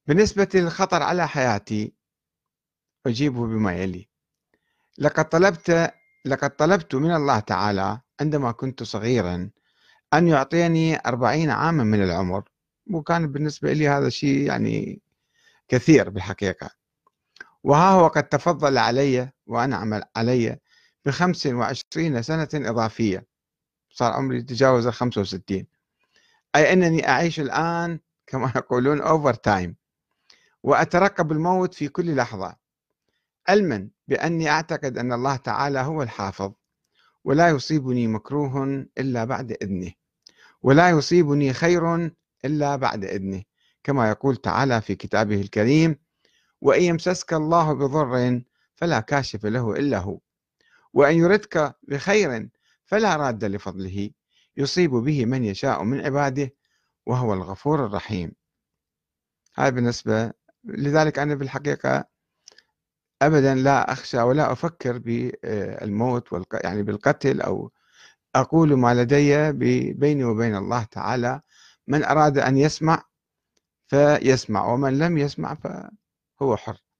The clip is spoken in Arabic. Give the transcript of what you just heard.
بالنسبة للخطر على حياتي أجيبه بما يلي: لقد طلبت لقد طلبت من الله تعالى عندما كنت صغيرا أن يعطيني 40 عاما من العمر، وكان بالنسبة لي هذا شيء يعني كثير بالحقيقة. وها هو قد تفضل علي وأنعم علي ب25 سنة إضافية، صار عمري تجاوز 65، أي أنني أعيش الآن كما يقولون أوفر تايم، وأترقب الموت في كل لحظة، علما بأني أعتقد أن الله تعالى هو الحافظ، ولا يصيبني مكروه إلا بعد إذنه، ولا يصيبني خير إلا بعد إذنه، كما يقول تعالى في كتابه الكريم: وإن يمسسك الله بضر فلا كاشف له إلا هو، وإن يردك بخير فلا راد لفضله، يصيب به من يشاء من عباده، وهو الغفور الرحيم. هذا بالنسبة. لذلك أنا بالحقيقة أبدا لا أخشى ولا أفكر بالموت يعني بالقتل، أو أقول ما لدي بيني وبين الله تعالى: من أراد أن يسمع فيسمع، ومن لم يسمع فهو حر.